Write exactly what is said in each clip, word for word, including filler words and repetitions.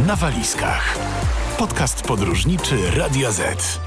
na walizkach. Podcast podróżniczy Radia Z.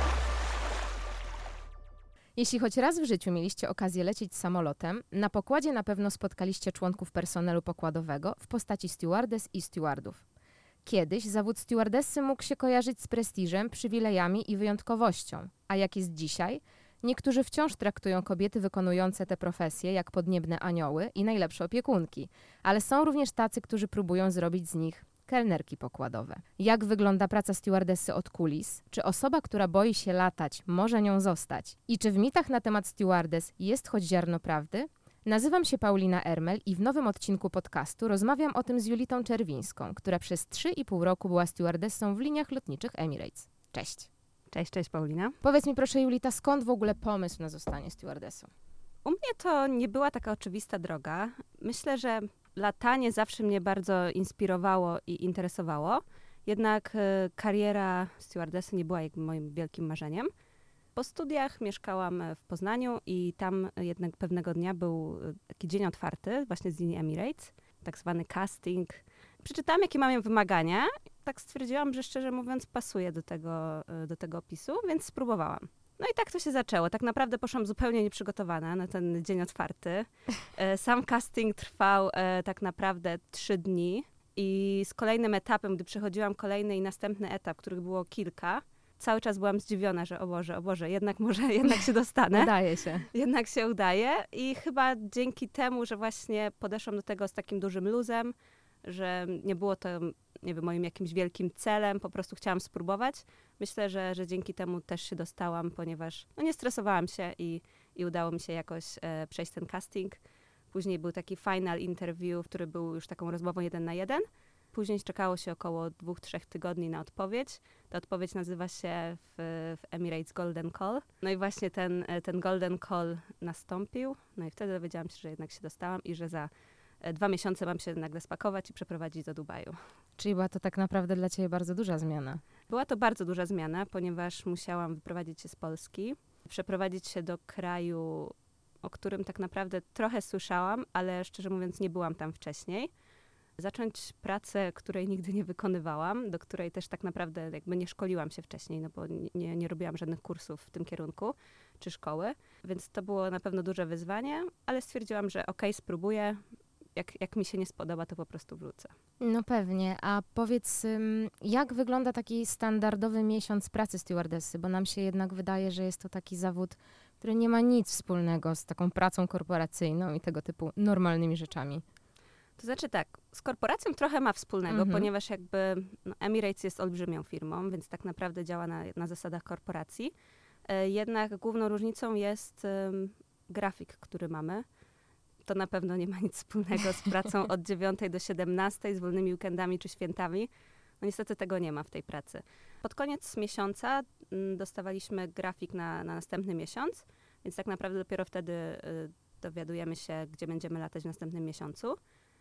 Jeśli choć raz w życiu mieliście okazję lecieć samolotem, na pokładzie na pewno spotkaliście członków personelu pokładowego w postaci stewardes i stewardów. Kiedyś zawód stewardessy mógł się kojarzyć z prestiżem, przywilejami i wyjątkowością. A jak jest dzisiaj? Niektórzy wciąż traktują kobiety wykonujące te profesje jak podniebne anioły i najlepsze opiekunki, ale są również tacy, którzy próbują zrobić z nich kelnerki pokładowe. Jak wygląda praca stewardessy od kulis? Czy osoba, która boi się latać, może nią zostać? I czy w mitach na temat stewardess jest choć ziarno prawdy? Nazywam się Paulina Ermel i w nowym odcinku podcastu rozmawiam o tym z Julitą Czerwińską, która przez trzy i pół roku była stewardessą w liniach lotniczych Emirates. Cześć. Cześć, cześć Paulina. Powiedz mi proszę, Julita, skąd w ogóle pomysł na zostanie stewardessą? U mnie to nie była taka oczywista droga. Myślę, że latanie zawsze mnie bardzo inspirowało i interesowało. Jednak y, kariera stewardessy nie była jakby moim wielkim marzeniem. Po studiach mieszkałam w Poznaniu i tam jednak pewnego dnia był taki dzień otwarty właśnie z linii Emirates, tak zwany casting. Przeczytałam, jakie mają wymagania. Tak stwierdziłam, że szczerze mówiąc pasuje do tego, do tego opisu, więc spróbowałam. No i tak to się zaczęło. Tak naprawdę poszłam zupełnie nieprzygotowana na ten dzień otwarty. Sam casting trwał tak naprawdę trzy dni i z kolejnym etapem, gdy przechodziłam kolejny i następny etap, których było kilka, cały czas byłam zdziwiona, że o Boże, o Boże, jednak może, jednak się dostanę. Udaje się. Jednak się udaje i chyba dzięki temu, że właśnie podeszłam do tego z takim dużym luzem, że nie było to, nie wiem, moim jakimś wielkim celem, po prostu chciałam spróbować. Myślę, że, że dzięki temu też się dostałam, ponieważ no, nie stresowałam się i, i udało mi się jakoś e, przejść ten casting. Później był taki final interview, który był już taką rozmową jeden na jeden. Później czekało się około dwóch, trzech tygodni na odpowiedź. Ta odpowiedź nazywa się w, w Emirates Golden Call. No i właśnie ten, ten Golden Call nastąpił. No i wtedy dowiedziałam się, że jednak się dostałam i że za dwa miesiące mam się nagle spakować i przeprowadzić do Dubaju. Czyli była to tak naprawdę dla ciebie bardzo duża zmiana. Była to bardzo duża zmiana, ponieważ musiałam wyprowadzić się z Polski, przeprowadzić się do kraju, o którym tak naprawdę trochę słyszałam, ale szczerze mówiąc nie byłam tam wcześniej. Zacząć pracę, której nigdy nie wykonywałam, do której też tak naprawdę jakby nie szkoliłam się wcześniej, no bo nie, nie robiłam żadnych kursów w tym kierunku, czy szkoły, więc to było na pewno duże wyzwanie, ale stwierdziłam, że okej, spróbuję. Jak, jak mi się nie spodoba, to po prostu wrócę. No pewnie. A powiedz, jak wygląda taki standardowy miesiąc pracy stewardessy? Bo nam się jednak wydaje, że jest to taki zawód, który nie ma nic wspólnego z taką pracą korporacyjną i tego typu normalnymi rzeczami. To znaczy tak, z korporacją trochę ma wspólnego, Mhm. ponieważ jakby no, Emirates jest olbrzymią firmą, więc tak naprawdę działa na, na zasadach korporacji. E, jednak główną różnicą jest um, grafik, który mamy. To na pewno nie ma nic wspólnego z pracą od dziewiątej do siedemnastej, z wolnymi weekendami czy świętami. No niestety tego nie ma w tej pracy. Pod koniec miesiąca m, dostawaliśmy grafik na, na następny miesiąc, więc tak naprawdę dopiero wtedy y, dowiadujemy się, gdzie będziemy latać w następnym miesiącu.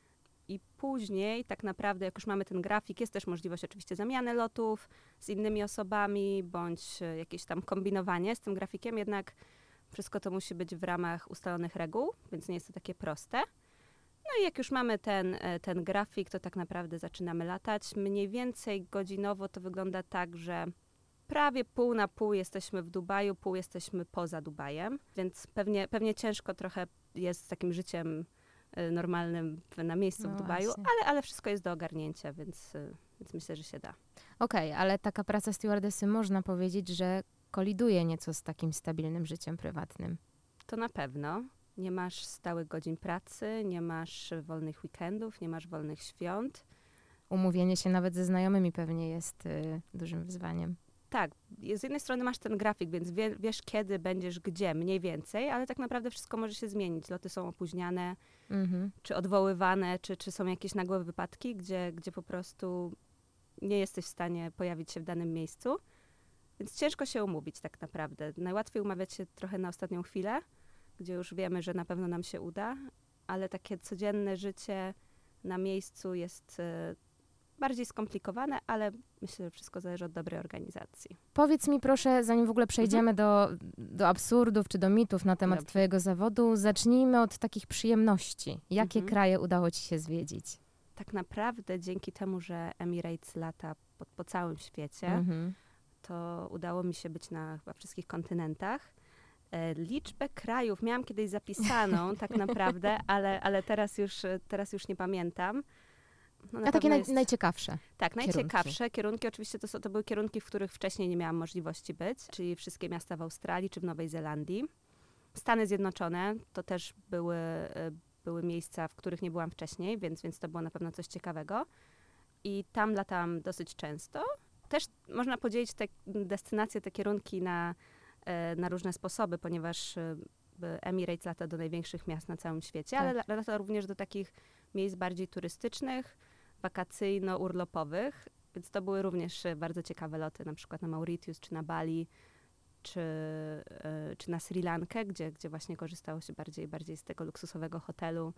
I później tak naprawdę, jak już mamy ten grafik, jest też możliwość oczywiście zamiany lotów z innymi osobami, bądź y, jakieś tam kombinowanie z tym grafikiem, jednak wszystko to musi być w ramach ustalonych reguł, więc nie jest to takie proste. No i jak już mamy ten, ten grafik, to tak naprawdę zaczynamy latać. Mniej więcej godzinowo to wygląda tak, że prawie pół na pół jesteśmy w Dubaju, pół jesteśmy poza Dubajem, więc pewnie, pewnie ciężko trochę jest z takim życiem normalnym na miejscu No w Dubaju, ale, ale wszystko jest do ogarnięcia, więc, więc myślę, że się da. Okej, okay, ale taka praca stewardessy można powiedzieć, że koliduje nieco z takim stabilnym życiem prywatnym. To na pewno. Nie masz stałych godzin pracy, nie masz wolnych weekendów, nie masz wolnych świąt. Umówienie się nawet ze znajomymi pewnie jest y, dużym wyzwaniem. Tak, z jednej strony masz ten grafik, więc wie, wiesz kiedy będziesz gdzie, mniej więcej, ale tak naprawdę wszystko może się zmienić. Loty są opóźniane, Mhm. czy odwoływane, czy, czy są jakieś nagłe wypadki, gdzie, gdzie po prostu nie jesteś w stanie pojawić się w danym miejscu. Więc ciężko się umówić tak naprawdę. Najłatwiej umawiać się trochę na ostatnią chwilę, gdzie już wiemy, że na pewno nam się uda, ale takie codzienne życie na miejscu jest y, bardziej skomplikowane, ale myślę, że wszystko zależy od dobrej organizacji. Powiedz mi proszę, zanim w ogóle przejdziemy mhm. do, do absurdów czy do mitów na temat Dobrze. twojego zawodu, zacznijmy od takich przyjemności. Jakie Mhm. kraje udało ci się zwiedzić? tak naprawdę dzięki temu, że Emirates lata po, po całym świecie, Mhm. to udało mi się być na chyba wszystkich kontynentach. E, liczbę krajów miałam kiedyś zapisaną tak naprawdę, ale, ale teraz, już, teraz już nie pamiętam. No, na A takie pewno naj, jest, najciekawsze. tak, kierunki. najciekawsze kierunki. Oczywiście to, są, to były kierunki, w których wcześniej nie miałam możliwości być, czyli wszystkie miasta w Australii czy w Nowej Zelandii. Stany Zjednoczone to też były, e, były miejsca, w których nie byłam wcześniej, więc, więc to było na pewno coś ciekawego. I tam latałam dosyć często. Też można podzielić te destynacje, te kierunki na, e, na różne sposoby, ponieważ e, Emirates lata do największych miast na całym świecie, Tak. ale la- lata również do takich miejsc bardziej turystycznych, wakacyjno-urlopowych, więc to były również e, bardzo ciekawe loty, na przykład na Mauritius czy na Bali, czy, e, czy na Sri Lankę, gdzie, gdzie właśnie korzystało się bardziej, bardziej z tego luksusowego hotelu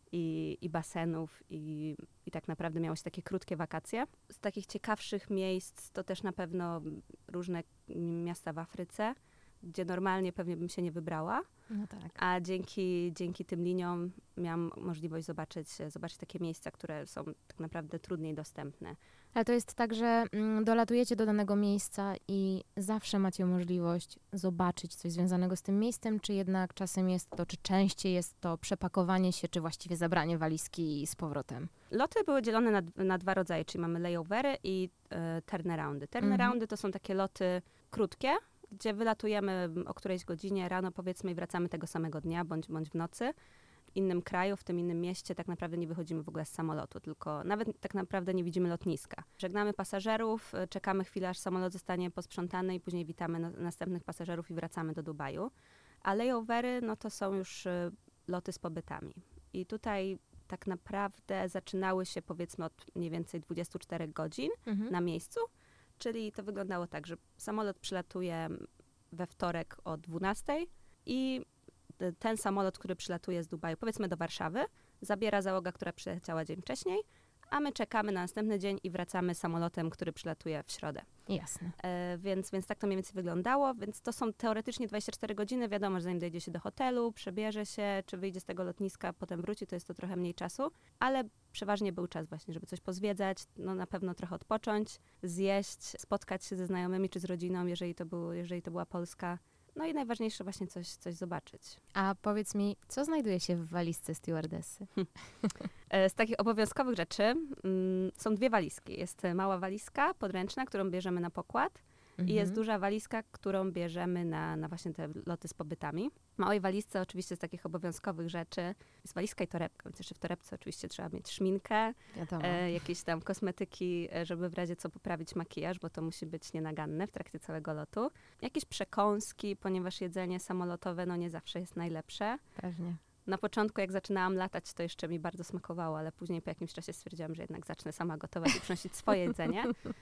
i, i basenów i, i tak naprawdę miało się takie krótkie wakacje. Z takich ciekawszych miejsc to też na pewno różne miasta w Afryce, gdzie normalnie pewnie bym się nie wybrała, No tak. a dzięki, dzięki tym liniom miałam możliwość zobaczyć, zobaczyć takie miejsca, które są tak naprawdę trudniej dostępne. Ale to jest tak, że mm, dolatujecie do danego miejsca i zawsze macie możliwość zobaczyć coś związanego z tym miejscem, czy jednak czasem jest to, czy częściej jest to przepakowanie się, czy właściwie zabranie walizki z powrotem? Loty były dzielone na, na dwa rodzaje, czyli mamy layovery i e, turnaroundy. Turnaroundy Mhm. to są takie loty krótkie, gdzie wylatujemy o którejś godzinie rano, powiedzmy, i wracamy tego samego dnia, bądź, bądź w nocy. W innym kraju, w tym innym mieście tak naprawdę nie wychodzimy w ogóle z samolotu, tylko nawet tak naprawdę nie widzimy lotniska. Żegnamy pasażerów, y, czekamy chwilę, aż samolot zostanie posprzątany i później witamy na, następnych pasażerów i wracamy do Dubaju. A layovery, no to są już y, loty z pobytami. I tutaj tak naprawdę zaczynały się, powiedzmy, od mniej więcej dwudziestu czterech godzin Mhm. na miejscu. Czyli to wyglądało tak, że samolot przylatuje we wtorek o dwunastej i y, ten samolot, który przylatuje z Dubaju, powiedzmy do Warszawy, zabiera załoga, która przyleciała dzień wcześniej, a my czekamy na następny dzień i wracamy samolotem, który przylatuje w środę. Jasne. E, więc, więc tak to mniej więcej wyglądało, więc to są teoretycznie dwadzieścia cztery godziny, wiadomo, że zanim dojdzie się do hotelu, przebierze się, czy wyjdzie z tego lotniska, potem wróci, to jest to trochę mniej czasu, ale przeważnie był czas właśnie, żeby coś pozwiedzać, no na pewno trochę odpocząć, zjeść, spotkać się ze znajomymi czy z rodziną, jeżeli to, był, jeżeli to była Polska. No i najważniejsze właśnie coś, coś zobaczyć. A powiedz mi, co znajduje się w walizce stewardessy? E, Z takich obowiązkowych rzeczy mm, są dwie walizki. Jest e, mała walizka podręczna, którą bierzemy na pokład i jest Mhm. duża walizka, którą bierzemy na, na właśnie te loty z pobytami. W małej walizce oczywiście z takich obowiązkowych rzeczy jest walizka i torebka, więc jeszcze w torebce oczywiście trzeba mieć szminkę, Wiadomo. e, jakieś tam kosmetyki, e, żeby w razie co poprawić makijaż, bo to musi być nienaganne w trakcie całego lotu. Jakieś przekąski, ponieważ jedzenie samolotowe no nie zawsze jest najlepsze. Pewnie. Na początku, jak zaczynałam latać, to jeszcze mi bardzo smakowało, ale później po jakimś czasie stwierdziłam, że jednak zacznę sama gotować i przynosić swoje jedzenie.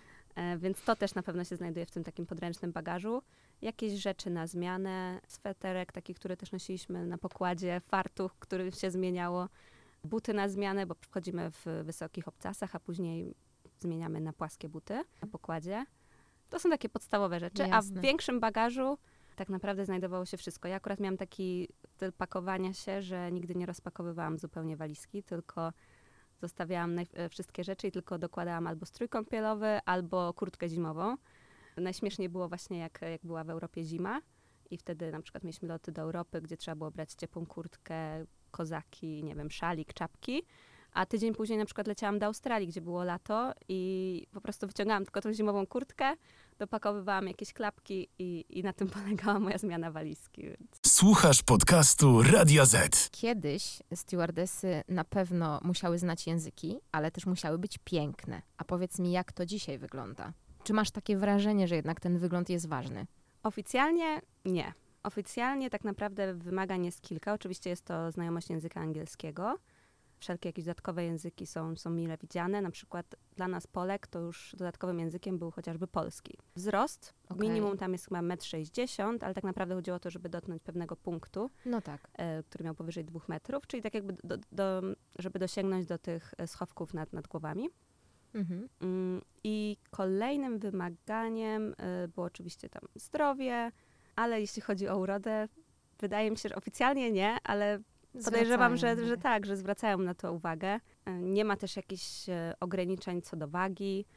E, więc to też na pewno się znajduje w tym takim podręcznym bagażu. Jakieś rzeczy na zmianę, sweterek taki, który też nosiliśmy na pokładzie, fartuch, który się zmieniało, buty na zmianę, bo wchodzimy w wysokich obcasach, a później zmieniamy na płaskie buty na pokładzie. To są takie podstawowe rzeczy, a Jasne. w większym bagażu tak naprawdę znajdowało się wszystko. Ja akurat miałam taki styl pakowania się, że nigdy nie rozpakowywałam zupełnie walizki, tylko zostawiałam naj- e, wszystkie rzeczy i tylko dokładałam albo strój kąpielowy, albo kurtkę zimową. Najśmieszniej było właśnie jak, jak była w Europie zima i wtedy na przykład mieliśmy loty do Europy, gdzie trzeba było brać ciepłą kurtkę, kozaki, nie wiem, szalik, czapki. A tydzień później na przykład leciałam do Australii, gdzie było lato i po prostu wyciągałam tylko tą zimową kurtkę, dopakowywałam jakieś klapki i, i na tym polegała moja zmiana walizki. Więc Słuchasz podcastu Radia Z. Kiedyś stewardessy na pewno musiały znać języki, ale też musiały być piękne. A powiedz mi, jak to dzisiaj wygląda? Czy masz takie wrażenie, że jednak ten wygląd jest ważny? Oficjalnie nie. Oficjalnie tak naprawdę wymagań jest kilka. Oczywiście jest to znajomość języka angielskiego. Wszelkie jakieś dodatkowe języki są, są mile widziane. Na przykład dla nas Polek to już dodatkowym językiem był chociażby polski. Wzrost, Okej. minimum tam jest chyba metr sześćdziesiąt, ale tak naprawdę chodziło o to, żeby dotknąć pewnego punktu, No tak. e, który miał powyżej dwóch metrów, czyli tak jakby do, do, żeby dosięgnąć do tych e, schowków nad, nad głowami. Mhm. Mm, I kolejnym wymaganiem y, było oczywiście tam zdrowie, ale jeśli chodzi o urodę, wydaje mi się, że oficjalnie nie, ale podejrzewam, że, Zwracają że uwagę. tak, że zwracają na to uwagę. Nie ma też jakichś e, ograniczeń co do wagi,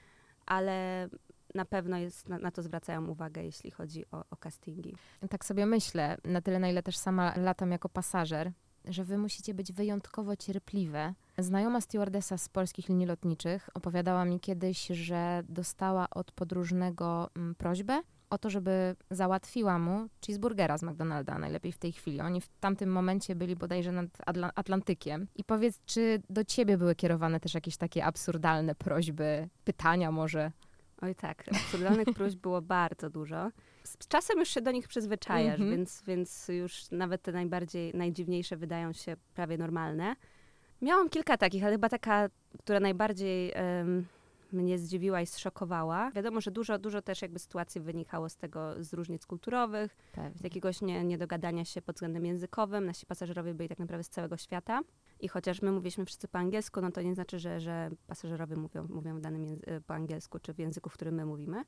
ale na pewno jest, na, na to zwracają uwagę, jeśli chodzi o, o castingi. Tak sobie myślę, na tyle na ile też sama latam jako pasażer, że wy musicie być wyjątkowo cierpliwe. Znajoma stewardessa z polskich linii lotniczych opowiadała mi kiedyś, że dostała od podróżnego mm, prośbę o to, żeby załatwiła mu cheeseburgera z McDonalda, najlepiej w tej chwili. Oni w tamtym momencie byli bodajże nad Adla- Atlantykiem. I powiedz, czy do ciebie były kierowane też jakieś takie absurdalne prośby, pytania może? Oj tak, absurdalnych próśb było bardzo dużo. Z czasem już się do nich przyzwyczajasz, Mhm. więc, więc już nawet te najbardziej, najdziwniejsze wydają się prawie normalne. Miałam kilka takich, ale chyba taka, która najbardziej em, mnie zdziwiła i zszokowała. Wiadomo, że dużo, dużo też jakby sytuacji wynikało z tego, z różnic kulturowych, z Pewnie. jakiegoś nie, niedogadania się pod względem językowym. Nasi pasażerowie byli tak naprawdę z całego świata. I chociaż my mówiliśmy wszyscy po angielsku, no to nie znaczy, że, że pasażerowie mówią, mówią w danym języ- po angielsku, czy w języku, w którym my mówimy.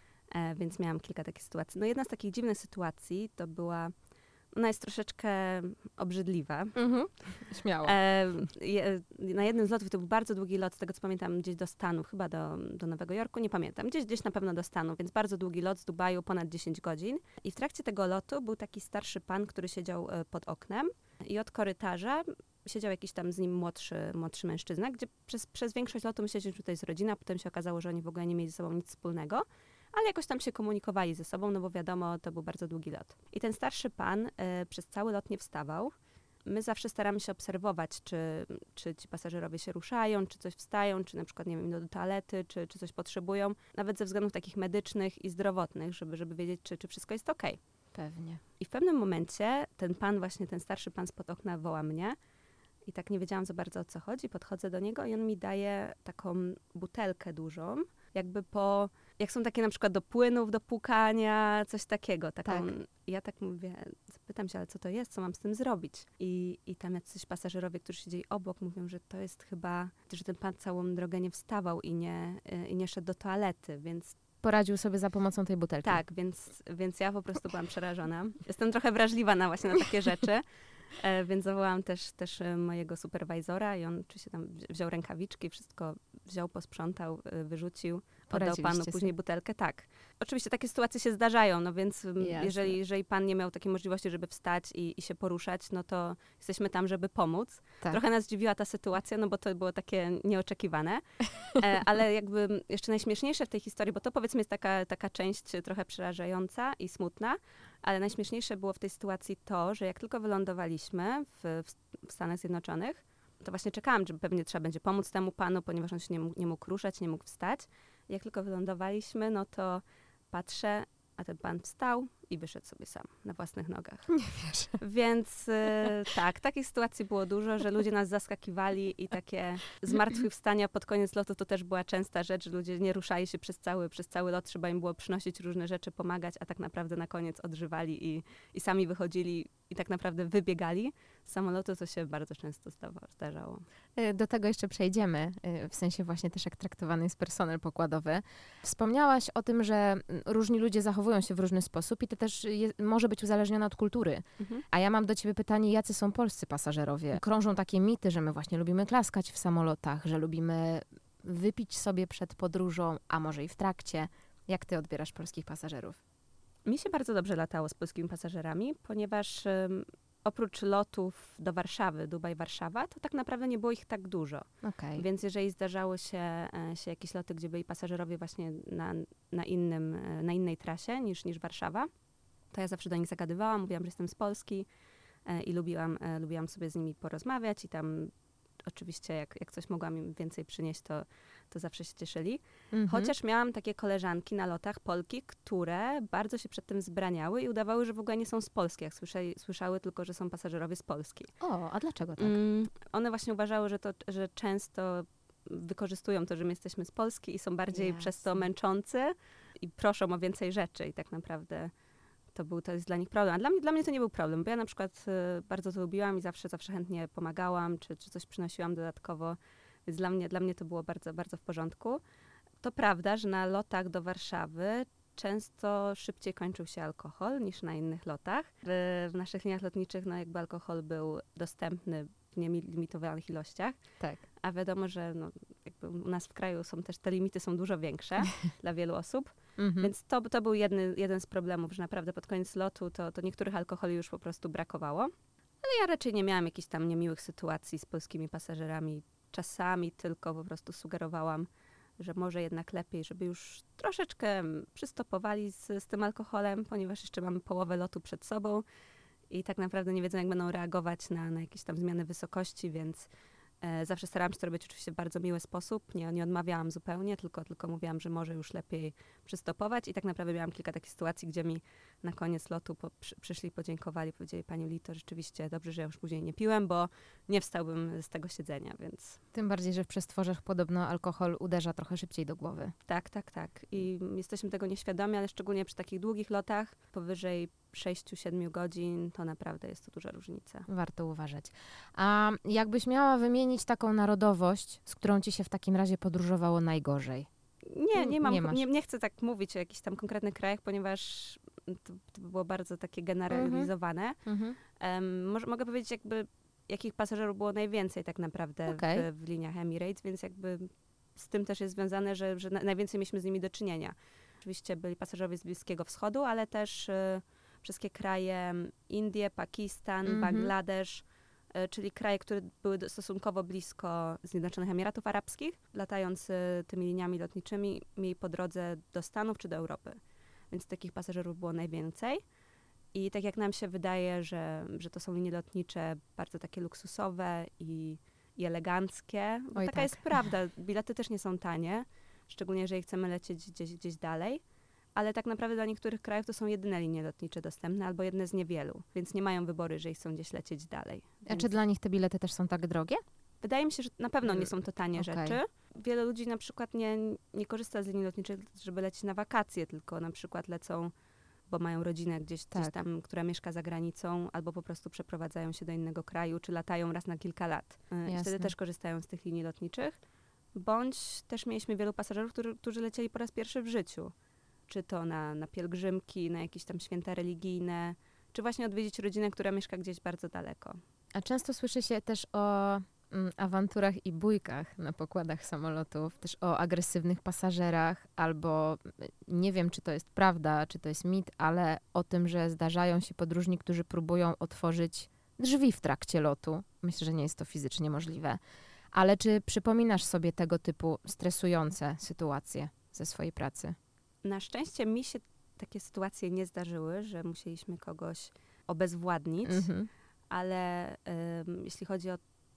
E, więc miałam kilka takich sytuacji. No jedna z takich dziwnych sytuacji to była, ona jest troszeczkę obrzydliwa. Mhm. Śmiało. E, je, na jednym z lotów, to był bardzo długi lot, z tego co pamiętam, gdzieś do Stanów, chyba do, do Nowego Jorku, nie pamiętam, gdzieś, gdzieś na pewno do Stanów, więc bardzo długi lot z Dubaju, ponad dziesięć godzin. I w trakcie tego lotu był taki starszy pan, który siedział e, pod oknem i od korytarza siedział jakiś tam z nim młodszy, młodszy mężczyzna, gdzie przez, przez większość lotu myśleliśmy, że tutaj jest rodzina, potem się okazało, że oni w ogóle nie mieli ze sobą nic wspólnego, ale jakoś tam się komunikowali ze sobą, no bo wiadomo, to był bardzo długi lot. I ten starszy pan e, przez cały lot nie wstawał. My zawsze staramy się obserwować, czy, czy ci pasażerowie się ruszają, czy coś wstają, czy na przykład, nie wiem, idą do toalety, czy, czy coś potrzebują, nawet ze względów takich medycznych i zdrowotnych, żeby, żeby wiedzieć, czy, czy wszystko jest okej. Pewnie. I w pewnym momencie ten pan, właśnie ten starszy pan spod okna woła mnie i tak nie wiedziałam za bardzo, o co chodzi. Podchodzę do niego i on mi daje taką butelkę dużą, jakby po... Jak są takie na przykład do płynów, do płukania, coś takiego. Taką, Tak. I ja tak mówię, zapytam się, ale co to jest, co mam z tym zrobić? I, i tam jacyś pasażerowie, którzy siedzieli obok, mówią, że to jest chyba, że ten pan całą drogę nie wstawał i nie, i nie szedł do toalety, więc Poradził sobie za pomocą tej butelki. tak, więc, więc ja po prostu byłam przerażona. Jestem trochę wrażliwa na właśnie na takie rzeczy, e, więc zawołałam też, też e, mojego superwajzora i on oczywiście tam wzi- wziął rękawiczki, wszystko wziął, posprzątał, e, wyrzucił, oddał Poradziliście panu sobie. później butelkę. Tak. Oczywiście takie sytuacje się zdarzają, no więc m, Jasne. jeżeli, jeżeli pan nie miał takiej możliwości, żeby wstać i, i się poruszać, no to jesteśmy tam, żeby pomóc. Tak. Trochę nas dziwiła ta sytuacja, no bo to było takie nieoczekiwane, e, ale jakby jeszcze najśmieszniejsze w tej historii, bo to powiedzmy jest taka, taka część trochę przerażająca i smutna, ale najśmieszniejsze było w tej sytuacji to, że jak tylko wylądowaliśmy w, w Stanach Zjednoczonych, to właśnie czekałam, że pewnie trzeba będzie pomóc temu panu, ponieważ on się nie mógł, nie mógł ruszać, nie mógł wstać. Jak tylko wylądowaliśmy, no to patrzę, a ten pan wstał i wyszedł sobie sam, na własnych nogach. Nie wierzę. Więc y, tak, takich sytuacji było dużo, że ludzie nas zaskakiwali i takie zmartwychwstania pod koniec lotu to też była częsta rzecz, że ludzie nie ruszali się przez cały, przez cały lot, trzeba im było przynosić różne rzeczy, pomagać, a tak naprawdę na koniec odżywali i, i sami wychodzili i tak naprawdę wybiegali z samolotu, co się bardzo często zdawa- zdarzało. Y, Do tego jeszcze przejdziemy, y, w sensie właśnie też jak traktowany jest personel pokładowy. Wspomniałaś o tym, że mm, różni ludzie zachowują się w różny sposób i to też je, może być uzależnione od kultury. Mhm. A ja mam do ciebie pytanie, jacy są polscy pasażerowie? Krążą takie mity, że my właśnie lubimy klaskać w samolotach, że lubimy wypić sobie przed podróżą, a może i w trakcie. Jak ty odbierasz polskich pasażerów? Mi się bardzo dobrze latało z polskimi pasażerami, ponieważ ym, oprócz lotów do Warszawy, Dubaj-Warszawa, to tak naprawdę nie było ich tak dużo. Okej. Więc jeżeli zdarzały się, e, się jakieś loty, gdzie byli pasażerowie właśnie na, na, innym, e, na innej trasie niż, niż Warszawa, to ja zawsze do nich zagadywałam, mówiłam, że jestem z Polski e, i lubiłam, e, lubiłam sobie z nimi porozmawiać i tam oczywiście jak, jak coś mogłam im więcej przynieść, to, to zawsze się cieszyli. Mhm. Chociaż miałam takie koleżanki na lotach, Polki, które bardzo się przed tym zbraniały i udawały, że w ogóle nie są z Polski, jak słyszeli, słyszały tylko, że są pasażerowie z Polski. O, a dlaczego tak? Mm, one właśnie uważały, że, to, że często wykorzystują to, że my jesteśmy z Polski i są bardziej Jasne. przez to męczący i proszą o więcej rzeczy i tak naprawdę to, był, to jest dla nich problem. A dla mnie, dla mnie to nie był problem, bo ja na przykład y, bardzo to lubiłam i zawsze, zawsze chętnie pomagałam, czy, czy coś przynosiłam dodatkowo, więc dla mnie, dla mnie to było bardzo, bardzo w porządku. To prawda, że na lotach do Warszawy często szybciej kończył się alkohol niż na innych lotach. W, w naszych liniach lotniczych no jakby alkohol był dostępny w nielimitowanych ilościach, Tak. a wiadomo, że no, jakby u nas w kraju są też te limity są dużo większe dla wielu osób, Mhm. więc to, to był jedny, jeden z problemów, że naprawdę pod koniec lotu to, to niektórych alkoholi już po prostu brakowało. Ale ja raczej nie miałam jakichś tam niemiłych sytuacji z polskimi pasażerami. Czasami tylko po prostu sugerowałam, że może jednak lepiej, żeby już troszeczkę przystopowali z, z tym alkoholem, ponieważ jeszcze mamy połowę lotu przed sobą i tak naprawdę nie wiedzą, jak będą reagować na, na jakieś tam zmiany wysokości, więc e, zawsze starałam się to robić oczywiście w bardzo miły sposób. Nie, nie odmawiałam zupełnie, tylko, tylko mówiłam, że może już lepiej przystopować i tak naprawdę miałam kilka takich sytuacji, gdzie mi na koniec lotu po, przy, przyszli, podziękowali, powiedzieli: Pani Lito, rzeczywiście dobrze, że ja już później nie piłem, bo nie wstałbym z tego siedzenia, więc Tym bardziej, że w przestworzach podobno alkohol uderza trochę szybciej do głowy. tak, tak, tak. I jesteśmy tego nieświadomi, ale szczególnie przy takich długich lotach, powyżej sześć siedem godzin, to naprawdę jest to duża różnica. Warto uważać. A jakbyś miała wymienić taką narodowość, z którą ci się w takim razie podróżowało najgorzej? Nie, nie mam, Nie nie, masz. nie, nie chcę tak mówić o jakichś tam konkretnych krajach, ponieważ to, to by było bardzo takie generalizowane. Mhm. Um, może, mogę powiedzieć jakby, jakich pasażerów było najwięcej tak naprawdę Okej. w, w liniach Emirates, więc jakby z tym też jest związane, że, że na, najwięcej mieliśmy z nimi do czynienia. Oczywiście byli pasażerowie z Bliskiego Wschodu, ale też y, wszystkie kraje Indie, Pakistan, Mhm. Bangladesz, y, czyli kraje, które były do- stosunkowo blisko Zjednoczonych Emiratów Arabskich. Latając y, tymi liniami lotniczymi mieli po drodze do Stanów czy do Europy. Więc takich pasażerów było najwięcej. I tak jak nam się wydaje, że, że to są linie lotnicze bardzo takie luksusowe i, i eleganckie, bo Oj, taka tak. jest prawda. Bilety też nie są tanie, szczególnie jeżeli chcemy lecieć gdzieś, gdzieś dalej. Ale tak naprawdę dla niektórych krajów to są jedyne linie lotnicze dostępne albo jedne z niewielu, więc nie mają wyboru, jeżeli chcą gdzieś lecieć dalej. A Więc czy dla nich te bilety też są tak drogie? wydaje mi się, że na pewno nie są to tanie Okej. rzeczy. Wiele ludzi na przykład nie, nie korzysta z linii lotniczych, żeby lecieć na wakacje, tylko na przykład lecą, bo mają rodzinę gdzieś, gdzieś Tak. tam, która mieszka za granicą, albo po prostu przeprowadzają się do innego kraju, czy latają raz na kilka lat. Y, I Jasne. wtedy też korzystają z tych linii lotniczych. Bądź też mieliśmy wielu pasażerów, którzy, którzy lecieli po raz pierwszy w życiu. Czy to na, na pielgrzymki, na jakieś tam święta religijne, czy właśnie odwiedzić rodzinę, która mieszka gdzieś bardzo daleko. A często słyszy się też o mm, awanturach i bójkach na pokładach samolotów, też o agresywnych pasażerach, albo mm, nie wiem, czy to jest prawda, czy to jest mit, ale o tym, że zdarzają się podróżni, którzy próbują otworzyć drzwi w trakcie lotu. Myślę, że nie jest to fizycznie możliwe. Ale czy przypominasz sobie tego typu stresujące sytuacje ze swojej pracy? Na szczęście mi się takie sytuacje nie zdarzyły, że musieliśmy kogoś obezwładnić, Mhm. ale ym, jeśli chodzi o,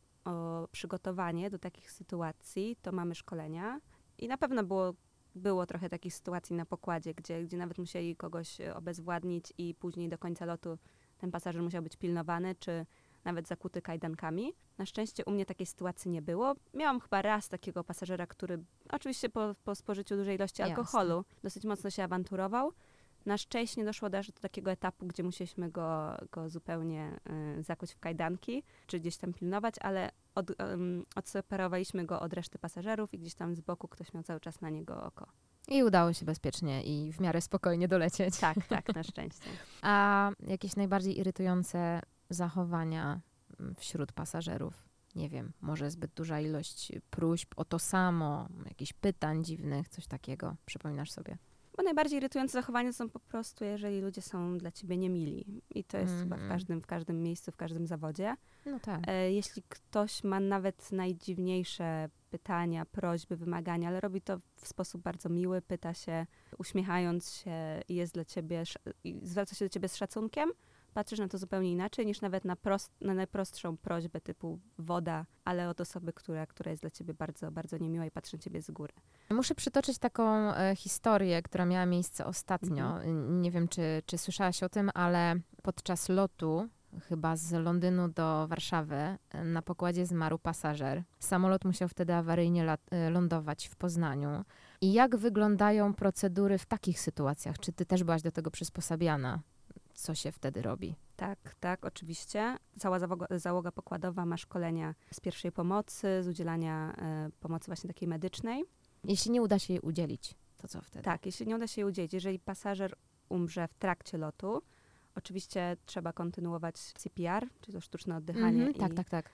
o przygotowanie do takich sytuacji, to mamy szkolenia i na pewno było, było trochę takich sytuacji na pokładzie, gdzie, gdzie nawet musieli kogoś e, obezwładnić i później do końca lotu ten pasażer musiał być pilnowany, czy nawet zakuty kajdankami. Na szczęście u mnie takiej sytuacji nie było. Miałam chyba raz takiego pasażera, który oczywiście po, po spożyciu dużej ilości Jasne. alkoholu dosyć mocno się awanturował. Na szczęście nie doszło też do takiego etapu, gdzie musieliśmy go, go zupełnie y, zakuć w kajdanki, czy gdzieś tam pilnować, ale od, um, odseparowaliśmy go od reszty pasażerów i gdzieś tam z boku ktoś miał cały czas na niego oko. I udało się bezpiecznie i w miarę spokojnie dolecieć. Tak, tak, na szczęście. A jakieś najbardziej irytujące zachowania mm, wśród pasażerów? Nie wiem, może zbyt duża ilość próśb o to samo, jakichś pytań dziwnych, coś takiego. Przypominasz sobie? Bo najbardziej irytujące zachowania są po prostu, jeżeli ludzie są dla ciebie niemili. I to jest chyba w Mhm. każdym, w każdym miejscu, w każdym zawodzie. No tak. E, jeśli ktoś ma nawet najdziwniejsze pytania, prośby, wymagania, ale robi to w sposób bardzo miły, pyta się, uśmiechając się i jest dla ciebie, sz- i zwraca się do ciebie z szacunkiem, patrzysz na to zupełnie inaczej niż nawet na, prost, na najprostszą prośbę typu woda, ale od osoby, która, która jest dla ciebie bardzo, bardzo niemiła i patrzy na ciebie z góry. Muszę przytoczyć taką e, historię, która miała miejsce ostatnio. Mhm. Nie wiem, czy, czy słyszałaś o tym, ale podczas lotu chyba z Londynu do Warszawy e, na pokładzie zmarł pasażer. Samolot musiał wtedy awaryjnie lat- e, lądować w Poznaniu. I jak wyglądają procedury w takich sytuacjach? Czy ty też byłaś do tego przysposabiana? Co się wtedy robi? Tak, tak, oczywiście. Cała załoga, załoga pokładowa ma szkolenia z pierwszej pomocy, z udzielania e, pomocy właśnie takiej medycznej. Jeśli nie uda się jej udzielić, to co wtedy? Tak, jeśli nie uda się jej udzielić, jeżeli pasażer umrze w trakcie lotu, oczywiście trzeba kontynuować C P R, czyli to sztuczne oddychanie Mhm, i, tak, tak, tak.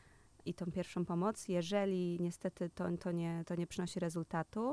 i tą pierwszą pomoc. Jeżeli niestety to, to, nie, to nie przynosi rezultatu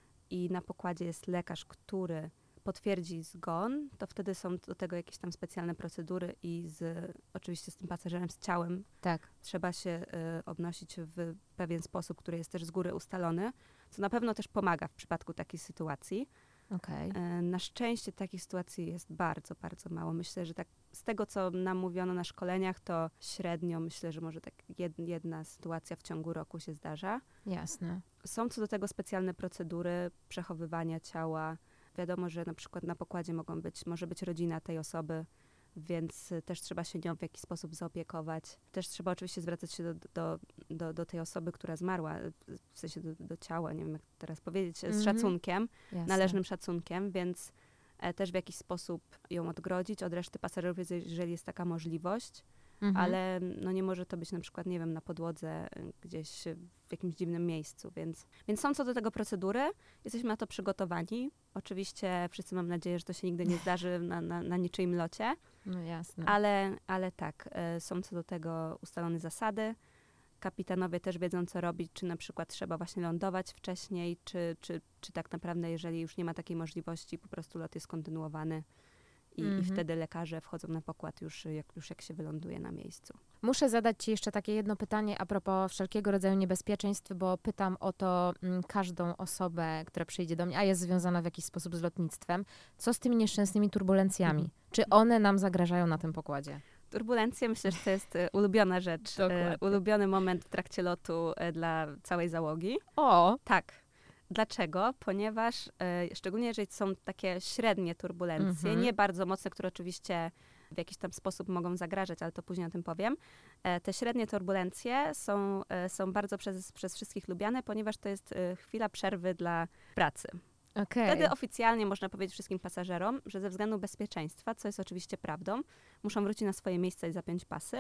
i na pokładzie jest lekarz, który potwierdzi zgon, to wtedy są do tego jakieś tam specjalne procedury i z, oczywiście z tym pasażerem, z ciałem Tak. trzeba się y, obnosić w pewien sposób, który jest też z góry ustalony, co na pewno też pomaga w przypadku takiej sytuacji. Okej. Y, na szczęście takich sytuacji jest bardzo, bardzo mało. Myślę, że tak z tego, co nam mówiono na szkoleniach, to średnio myślę, że może tak jed, jedna sytuacja w ciągu roku się zdarza. Jasne. Są co do tego specjalne procedury przechowywania ciała. Wiadomo, że na przykład na pokładzie mogą być, może być rodzina tej osoby, więc y, też trzeba się nią w jakiś sposób zaopiekować. Też trzeba oczywiście zwracać się do, do, do, do tej osoby, która zmarła, y, w sensie do, do ciała, nie wiem jak teraz powiedzieć, z Mhm. szacunkiem, Jasne. należnym szacunkiem, więc e, też w jakiś sposób ją odgrodzić od reszty pasażerów, jeżeli jest taka możliwość. Mhm. Ale no nie może to być na przykład, nie wiem, na podłodze y, gdzieś w jakimś dziwnym miejscu, więc, więc są co do tego procedury, jesteśmy na to przygotowani. Oczywiście wszyscy mam nadzieję, że to się nigdy nie zdarzy na, na, na niczyim locie, No jasne. ale, ale tak, y, są co do tego ustalone zasady. Kapitanowie też wiedzą, co robić, czy na przykład trzeba właśnie lądować wcześniej, czy, czy, czy tak naprawdę, jeżeli już nie ma takiej możliwości, po prostu lot jest kontynuowany. I, Mhm. I wtedy lekarze wchodzą na pokład już jak, już jak się wyląduje na miejscu. Muszę zadać ci jeszcze takie jedno pytanie a propos wszelkiego rodzaju niebezpieczeństw, bo pytam o to mm, każdą osobę, która przyjdzie do mnie, a jest związana w jakiś sposób z lotnictwem. Co z tymi nieszczęsnymi turbulencjami? Mhm. Czy one nam zagrażają na tym pokładzie? Turbulencje, myślę, że to jest e, ulubiona rzecz, Dokładnie. e, ulubiony moment w trakcie lotu e, dla całej załogi. O! Tak. Dlaczego? Ponieważ e, szczególnie jeżeli są takie średnie turbulencje, Mhm. nie bardzo mocne, które oczywiście w jakiś tam sposób mogą zagrażać, ale to później o tym powiem. E, te średnie turbulencje są, e, są bardzo przez, przez wszystkich lubiane, ponieważ to jest e, chwila przerwy dla pracy. Okej. Wtedy oficjalnie można powiedzieć wszystkim pasażerom, że ze względu bezpieczeństwa, co jest oczywiście prawdą, muszą wrócić na swoje miejsca i zapiąć pasy,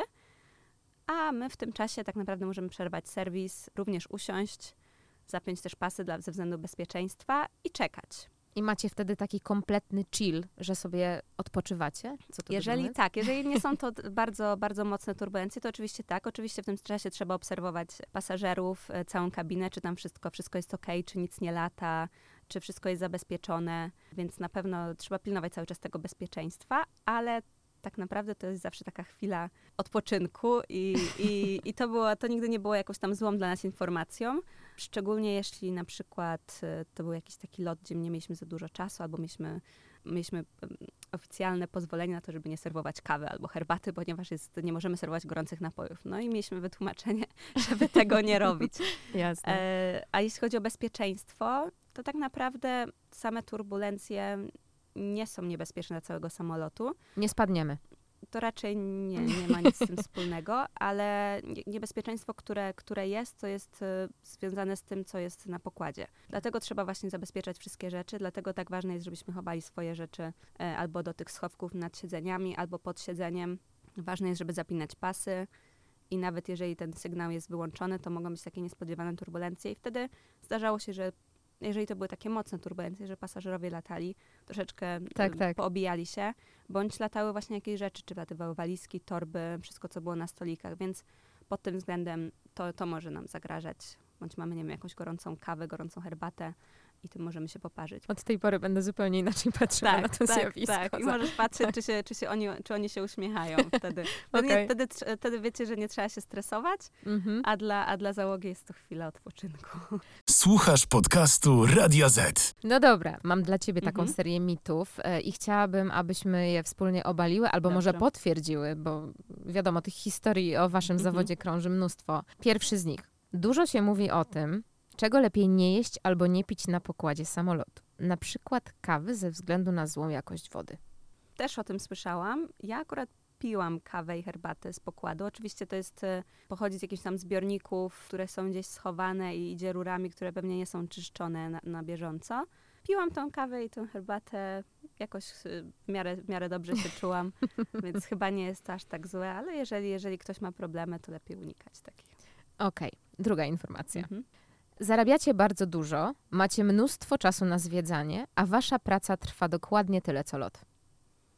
a my w tym czasie tak naprawdę możemy przerwać serwis, również usiąść, zapiąć też pasy dla, ze względu bezpieczeństwa i czekać. I macie wtedy taki kompletny chill, że sobie odpoczywacie? Co to Jeżeli wygląda? tak, jeżeli nie są to d- bardzo, bardzo mocne turbulencje, to oczywiście tak. Oczywiście w tym czasie trzeba obserwować pasażerów, e, całą kabinę, czy tam wszystko, wszystko jest okej, czy nic nie lata, czy wszystko jest zabezpieczone, więc na pewno trzeba pilnować cały czas tego bezpieczeństwa, ale tak naprawdę to jest zawsze taka chwila odpoczynku i, i, i to, było, to nigdy nie było jakąś tam złą dla nas informacją. Szczególnie jeśli na przykład e, to był jakiś taki lot, gdzie nie mieliśmy za dużo czasu, albo mieliśmy, mieliśmy em, oficjalne pozwolenie na to, żeby nie serwować kawy albo herbaty, ponieważ jest, nie możemy serwować gorących napojów. No i mieliśmy wytłumaczenie, żeby tego nie robić. Jasne. E, a jeśli chodzi o bezpieczeństwo, to tak naprawdę same turbulencje nie są niebezpieczne dla całego samolotu. Nie spadniemy. To raczej nie, nie ma nic z tym wspólnego, ale nie- niebezpieczeństwo, które, które jest, to jest e, związane z tym, co jest na pokładzie. Dlatego trzeba właśnie zabezpieczać wszystkie rzeczy, dlatego tak ważne jest, żebyśmy chowali swoje rzeczy e, albo do tych schowków nad siedzeniami, albo pod siedzeniem. Ważne jest, żeby zapinać pasy i nawet jeżeli ten sygnał jest wyłączony, to mogą być takie niespodziewane turbulencje i wtedy zdarzało się, że jeżeli to były takie mocne turbulencje, że pasażerowie latali, troszeczkę Tak, y, tak. poobijali się, bądź latały właśnie jakieś rzeczy, czy latywały walizki, torby, wszystko, co było na stolikach, więc pod tym względem to, to może nam zagrażać. Bądź mamy, nie wiem, jakąś gorącą kawę, gorącą herbatę i tym możemy się poparzyć. Od tej pory będę zupełnie inaczej patrzyła na to tak, zjawisko. tak. I Za- możesz patrzeć, czy, się, czy, się oni, czy oni się uśmiechają wtedy. Wtedy, Okej. nie, wtedy, trz- wtedy wiecie, że nie trzeba się stresować, Mhm. a dla, a dla załogi jest to chwila odpoczynku. Słuchasz podcastu Radia Z. No dobra, mam dla ciebie taką Mhm. serię mitów e, i chciałabym, abyśmy je wspólnie obaliły, albo może Dobrze. potwierdziły, bo wiadomo, tych historii o waszym Mhm. zawodzie krąży mnóstwo. Pierwszy z nich. Dużo się mówi o tym, czego lepiej nie jeść albo nie pić na pokładzie samolotu. Na przykład kawy ze względu na złą jakość wody. Też o tym słyszałam. Ja akurat piłam kawę i herbatę z pokładu. Oczywiście to jest, e, pochodzi z jakichś tam zbiorników, które są gdzieś schowane i idzie rurami, które pewnie nie są czyszczone na, na bieżąco. Piłam tą kawę i tą herbatę. Jakoś e, w miarę, w miarę dobrze się czułam, więc chyba nie jest to aż tak złe, ale jeżeli, jeżeli ktoś ma problemy, to lepiej unikać takich. Okej, druga informacja. Mhm. Zarabiacie bardzo dużo, macie mnóstwo czasu na zwiedzanie, a wasza praca trwa dokładnie tyle co lot.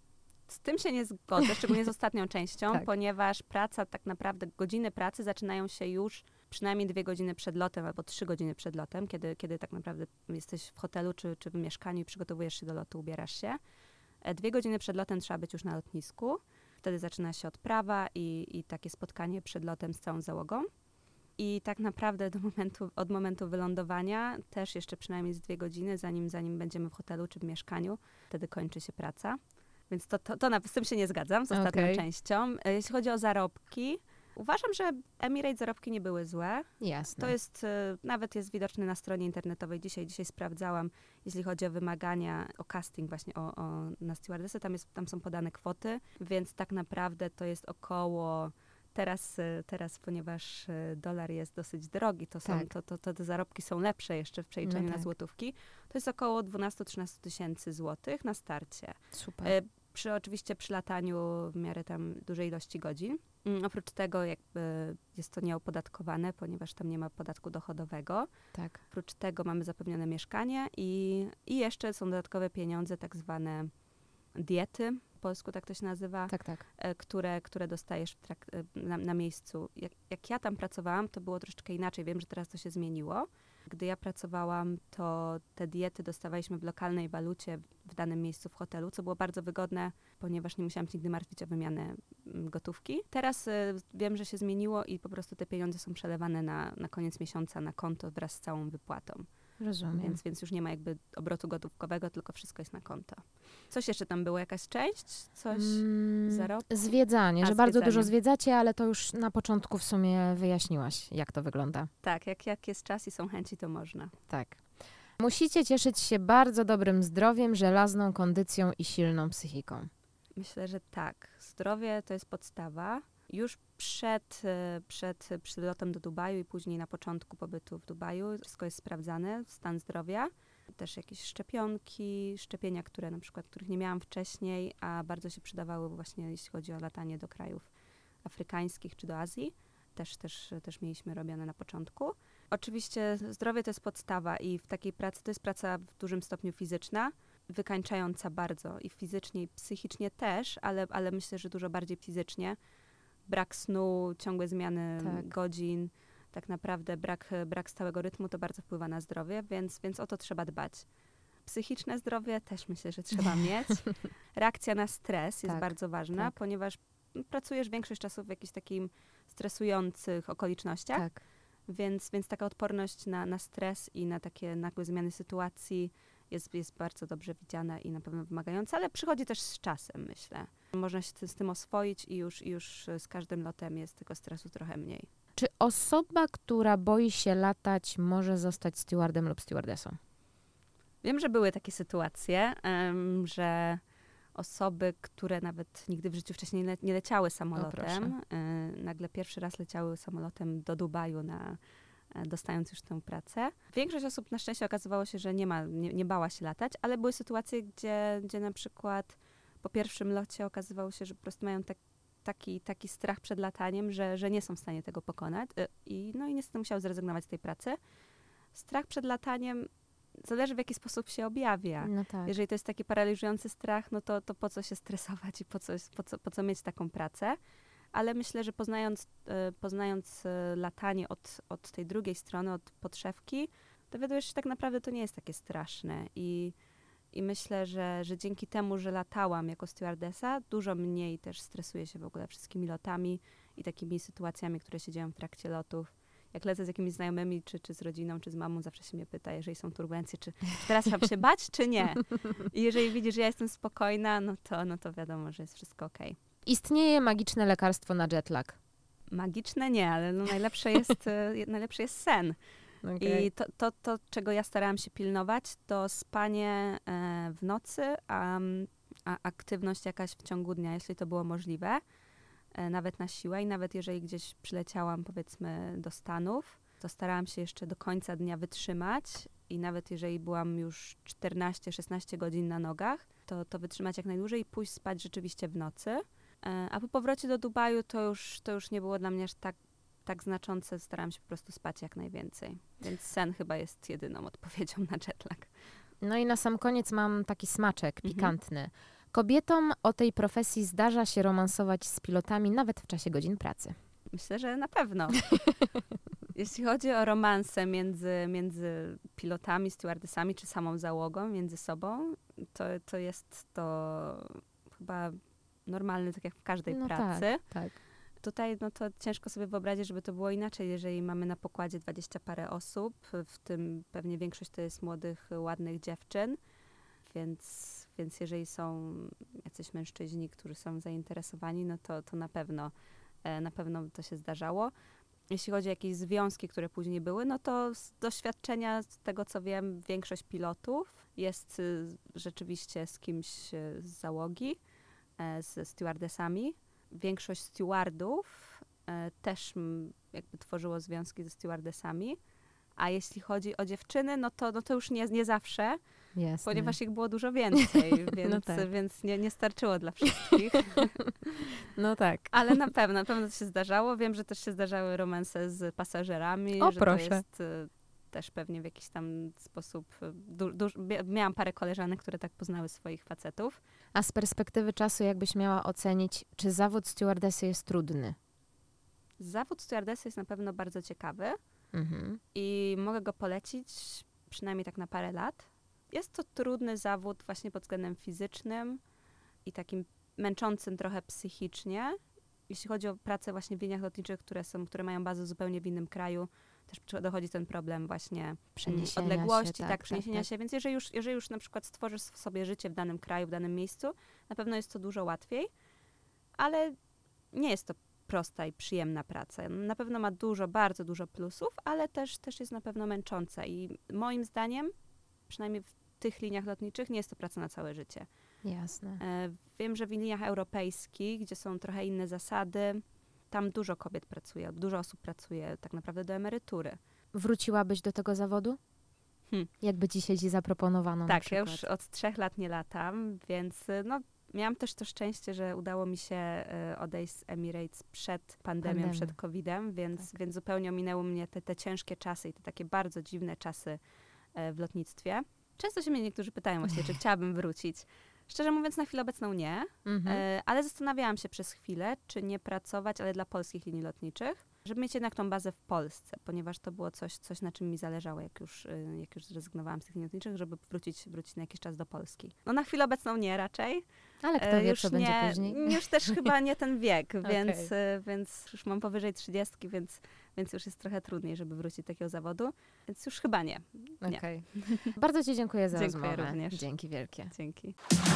z tym się nie zgodzę, szczególnie z ostatnią częścią, Tak. ponieważ praca, tak naprawdę godziny pracy zaczynają się już przynajmniej dwie godziny przed lotem albo trzy godziny przed lotem, kiedy, kiedy tak naprawdę jesteś w hotelu czy, czy w mieszkaniu i przygotowujesz się do lotu, ubierasz się. E, Dwie godziny przed lotem trzeba być już na lotnisku. Wtedy zaczyna się odprawa i, i takie spotkanie przed lotem z całą załogą. I tak naprawdę do momentu, od momentu wylądowania też jeszcze przynajmniej z dwie godziny, zanim, zanim będziemy w hotelu czy w mieszkaniu, wtedy kończy się praca. Więc to, to, to na, z tym się nie zgadzam, z ostatnią Okej. częścią. E, Jeśli chodzi o zarobki, uważam, że Emirates zarobki nie były złe. Jasne. To jest, e, nawet jest widoczne na stronie internetowej. Dzisiaj, dzisiaj sprawdzałam, jeśli chodzi o wymagania, o casting właśnie o, o, na stewardessę, tam, jest, tam są podane kwoty, więc tak naprawdę to jest około, teraz, e, teraz ponieważ e, dolar jest dosyć drogi, to, są, Tak. to, to, to te zarobki są lepsze jeszcze w przeliczeniu No na tak. złotówki. To jest około dwanaście do trzynastu tysięcy złotych na starcie. Super. E, Przy oczywiście przy lataniu w miarę tam dużej ilości godzin. Mm, Oprócz tego jakby jest to nieopodatkowane, ponieważ tam nie ma podatku dochodowego. Tak. Oprócz tego mamy zapewnione mieszkanie i, i jeszcze są dodatkowe pieniądze, tak zwane diety, w polsku tak to się nazywa, Tak, tak. e, które, które dostajesz w trak- e, na, na miejscu. Jak, jak ja tam pracowałam, to było troszeczkę inaczej. Wiem, że teraz to się zmieniło. Gdy ja pracowałam, to te diety dostawaliśmy w lokalnej walucie w danym miejscu w hotelu, co było bardzo wygodne, ponieważ nie musiałam się nigdy martwić o wymianę mm, gotówki. Teraz y, wiem, że się zmieniło i po prostu te pieniądze są przelewane na, na koniec miesiąca na konto wraz z całą wypłatą. Rozumiem. Więc, więc już nie ma jakby obrotu gotówkowego, tylko wszystko jest na konto. Coś jeszcze tam było? Jakaś część? Coś? Mm, zarobki? Zwiedzanie, A, że bardzo zwiedzanie. dużo zwiedzacie, ale to już na początku w sumie wyjaśniłaś, jak to wygląda. Tak, jak, jak jest czas i są chęci, to można. Tak. Musicie cieszyć się bardzo dobrym zdrowiem, żelazną kondycją i silną psychiką. Myślę, że tak. Zdrowie to jest podstawa. Już przed, e, przed przylotem do Dubaju i później na początku pobytu w Dubaju wszystko jest sprawdzane, stan zdrowia. Też jakieś szczepionki, szczepienia, które na przykład, których nie miałam wcześniej, a bardzo się przydawały właśnie jeśli chodzi o latanie do krajów afrykańskich czy do Azji. Też, też, też mieliśmy robione na początku. Oczywiście zdrowie to jest podstawa i w takiej pracy to jest praca w dużym stopniu fizyczna, wykańczająca bardzo i fizycznie, i psychicznie też, ale, ale myślę, że dużo bardziej fizycznie. Brak snu, ciągłe zmiany Tak. godzin, tak naprawdę brak, brak stałego rytmu to bardzo wpływa na zdrowie, więc, więc o to trzeba dbać. Psychiczne zdrowie też myślę, że trzeba mieć. Reakcja na stres jest Tak, bardzo ważna, tak. ponieważ pracujesz większość czasu w jakichś takim stresujących okolicznościach, Tak. więc, więc taka odporność na, na stres i na takie nagłe zmiany sytuacji jest, jest bardzo dobrze widziana i na pewno wymagająca, ale przychodzi też z czasem, myślę. Można się z tym oswoić i już, i już z każdym lotem jest tego stresu trochę mniej. Czy osoba, która boi się latać, może zostać stewardem lub stewardessą? Wiem, że były takie sytuacje, em, że osoby, które nawet nigdy w życiu wcześniej le- nie leciały samolotem, e, nagle pierwszy raz leciały samolotem do Dubaju, na, e, dostając już tę pracę. Większość osób na szczęście okazywało się, że nie, ma, nie, nie bała się latać, ale były sytuacje, gdzie, gdzie na przykład po pierwszym locie okazywało się, że po prostu mają tak, taki, taki strach przed lataniem, że, że nie są w stanie tego pokonać e, i, no i niestety musiały zrezygnować z tej pracy. Strach przed lataniem zależy, w jaki sposób się objawia. No tak. Jeżeli to jest taki paraliżujący strach, no to, to po co się stresować i po co, po, co, po co mieć taką pracę? Ale myślę, że poznając, e, poznając e, latanie od, od tej drugiej strony, od podszewki, dowiadujesz się, że tak naprawdę to nie jest takie straszne. I, i myślę, że, że dzięki temu, że latałam jako stewardessa, dużo mniej też stresuję się w ogóle wszystkimi lotami i takimi sytuacjami, które się dzieją w trakcie lotów. Jak lecę z jakimiś znajomymi, czy, czy z rodziną, czy z mamą, zawsze się mnie pyta, jeżeli są turbulencje, czy, czy teraz mam się bać, czy nie. I jeżeli widzisz, że ja jestem spokojna, no to, no to wiadomo, że jest wszystko okej. Istnieje magiczne lekarstwo na jetlag. Magiczne nie, ale no najlepsze, jest, e, najlepszy jest sen. Okay. I to, to, to, czego ja starałam się pilnować, to spanie e, w nocy, a, a aktywność jakaś w ciągu dnia, jeśli to było możliwe. E, nawet na siłę i nawet jeżeli gdzieś przyleciałam, powiedzmy, do Stanów, to starałam się jeszcze do końca dnia wytrzymać i nawet jeżeli byłam już czternaście szesnaście godzin na nogach, to, to wytrzymać jak najdłużej i pójść spać rzeczywiście w nocy. E, a po powrocie do Dubaju to już, to już nie było dla mnie aż tak, tak znaczące. Starałam się po prostu spać jak najwięcej. Więc sen chyba jest jedyną odpowiedzią na jetlag. No i na sam koniec mam taki smaczek Mhm. pikantny. Kobietom o tej profesji zdarza się romansować z pilotami nawet w czasie godzin pracy. Myślę, że na pewno. Jeśli chodzi o romanse między, między pilotami, stewardessami czy samą załogą, między sobą, to, to jest to chyba normalne, tak jak w każdej No pracy. tak, tak. Tutaj no to ciężko sobie wyobrazić, żeby to było inaczej, jeżeli mamy na pokładzie dwadzieścia parę osób, w tym pewnie większość to jest młodych, ładnych dziewczyn, więc, więc jeżeli są jacyś mężczyźni, którzy są zainteresowani, no to, to na pewno, na pewno to się zdarzało. Jeśli chodzi o jakieś związki, które później były, no to z doświadczenia, z tego co wiem, większość pilotów jest y, rzeczywiście z kimś y, z załogi, y, ze stewardessami. Większość stewardów y, też m, jakby tworzyło związki ze stewardessami. A jeśli chodzi o dziewczyny, no to, no to już nie, nie zawsze, Jasne. ponieważ ich było dużo więcej, więc, No tak. więc nie, nie starczyło dla wszystkich. No tak. Ale na pewno, na pewno to się zdarzało. Wiem, że też się zdarzały romanse z pasażerami, O, że proszę. to jest y, też pewnie w jakiś tam sposób... y, Du, du, mia- miałam parę koleżanek, które tak poznały swoich facetów. A z perspektywy czasu jakbyś miała ocenić, czy zawód stewardessy jest trudny? Zawód stewardessy jest na pewno bardzo ciekawy Mhm. i mogę go polecić przynajmniej tak na parę lat. Jest to trudny zawód właśnie pod względem fizycznym i takim męczącym trochę psychicznie. Jeśli chodzi o pracę właśnie w liniach lotniczych, które są, które mają bazę zupełnie w innym kraju, też przy- dochodzi ten problem właśnie Przeniesienia odległości, się, tak, tak, przeniesienia tak, się. Więc jeżeli już, jeżeli już na przykład stworzysz sobie życie w danym kraju, w danym miejscu, na pewno jest to dużo łatwiej, ale nie jest to prosta i przyjemna praca. Na pewno ma dużo, bardzo dużo plusów, ale też, też jest na pewno męcząca i moim zdaniem, przynajmniej w tych liniach lotniczych, nie jest to praca na całe życie. Jasne. E, Wiem, że w liniach europejskich, gdzie są trochę inne zasady, tam dużo kobiet pracuje, dużo osób pracuje tak naprawdę do emerytury. Wróciłabyś do tego zawodu? Hmm. Jakby dzisiaj ci zaproponowano na Tak, ja przykład? już od trzech lat nie latam, więc y, no, miałam też to szczęście, że udało mi się y, odejść z Emirates przed pandemią, Pandemią. przed kowidem, więc, Tak. więc zupełnie ominęły mnie te, te ciężkie czasy i te takie bardzo dziwne czasy y, w lotnictwie. Często się mnie niektórzy pytają właśnie, czy chciałabym wrócić. Szczerze mówiąc, na chwilę obecną nie, Mhm. e, ale zastanawiałam się przez chwilę, czy nie pracować, ale dla polskich linii lotniczych, żeby mieć jednak tą bazę w Polsce, ponieważ to było coś, coś na czym mi zależało, jak już, y, jak już zrezygnowałam z tych linii lotniczych, żeby wrócić, wrócić na jakiś czas do Polski. No na chwilę obecną nie raczej. Ale kto E, wie, już co nie, będzie później? Już też chyba nie ten wiek, więc, Okej. y, więc już mam powyżej trzydziestki, więc, więc już jest trochę trudniej, żeby wrócić do takiego zawodu, więc już chyba nie. nie. Okej. Bardzo ci dziękuję za Dziękuję rozmowę. również. Dzięki wielkie. Dzięki.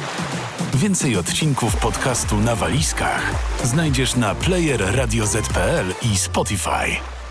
Więcej odcinków podcastu Na Walizkach znajdziesz na player radio zet kropka pe el i Spotify.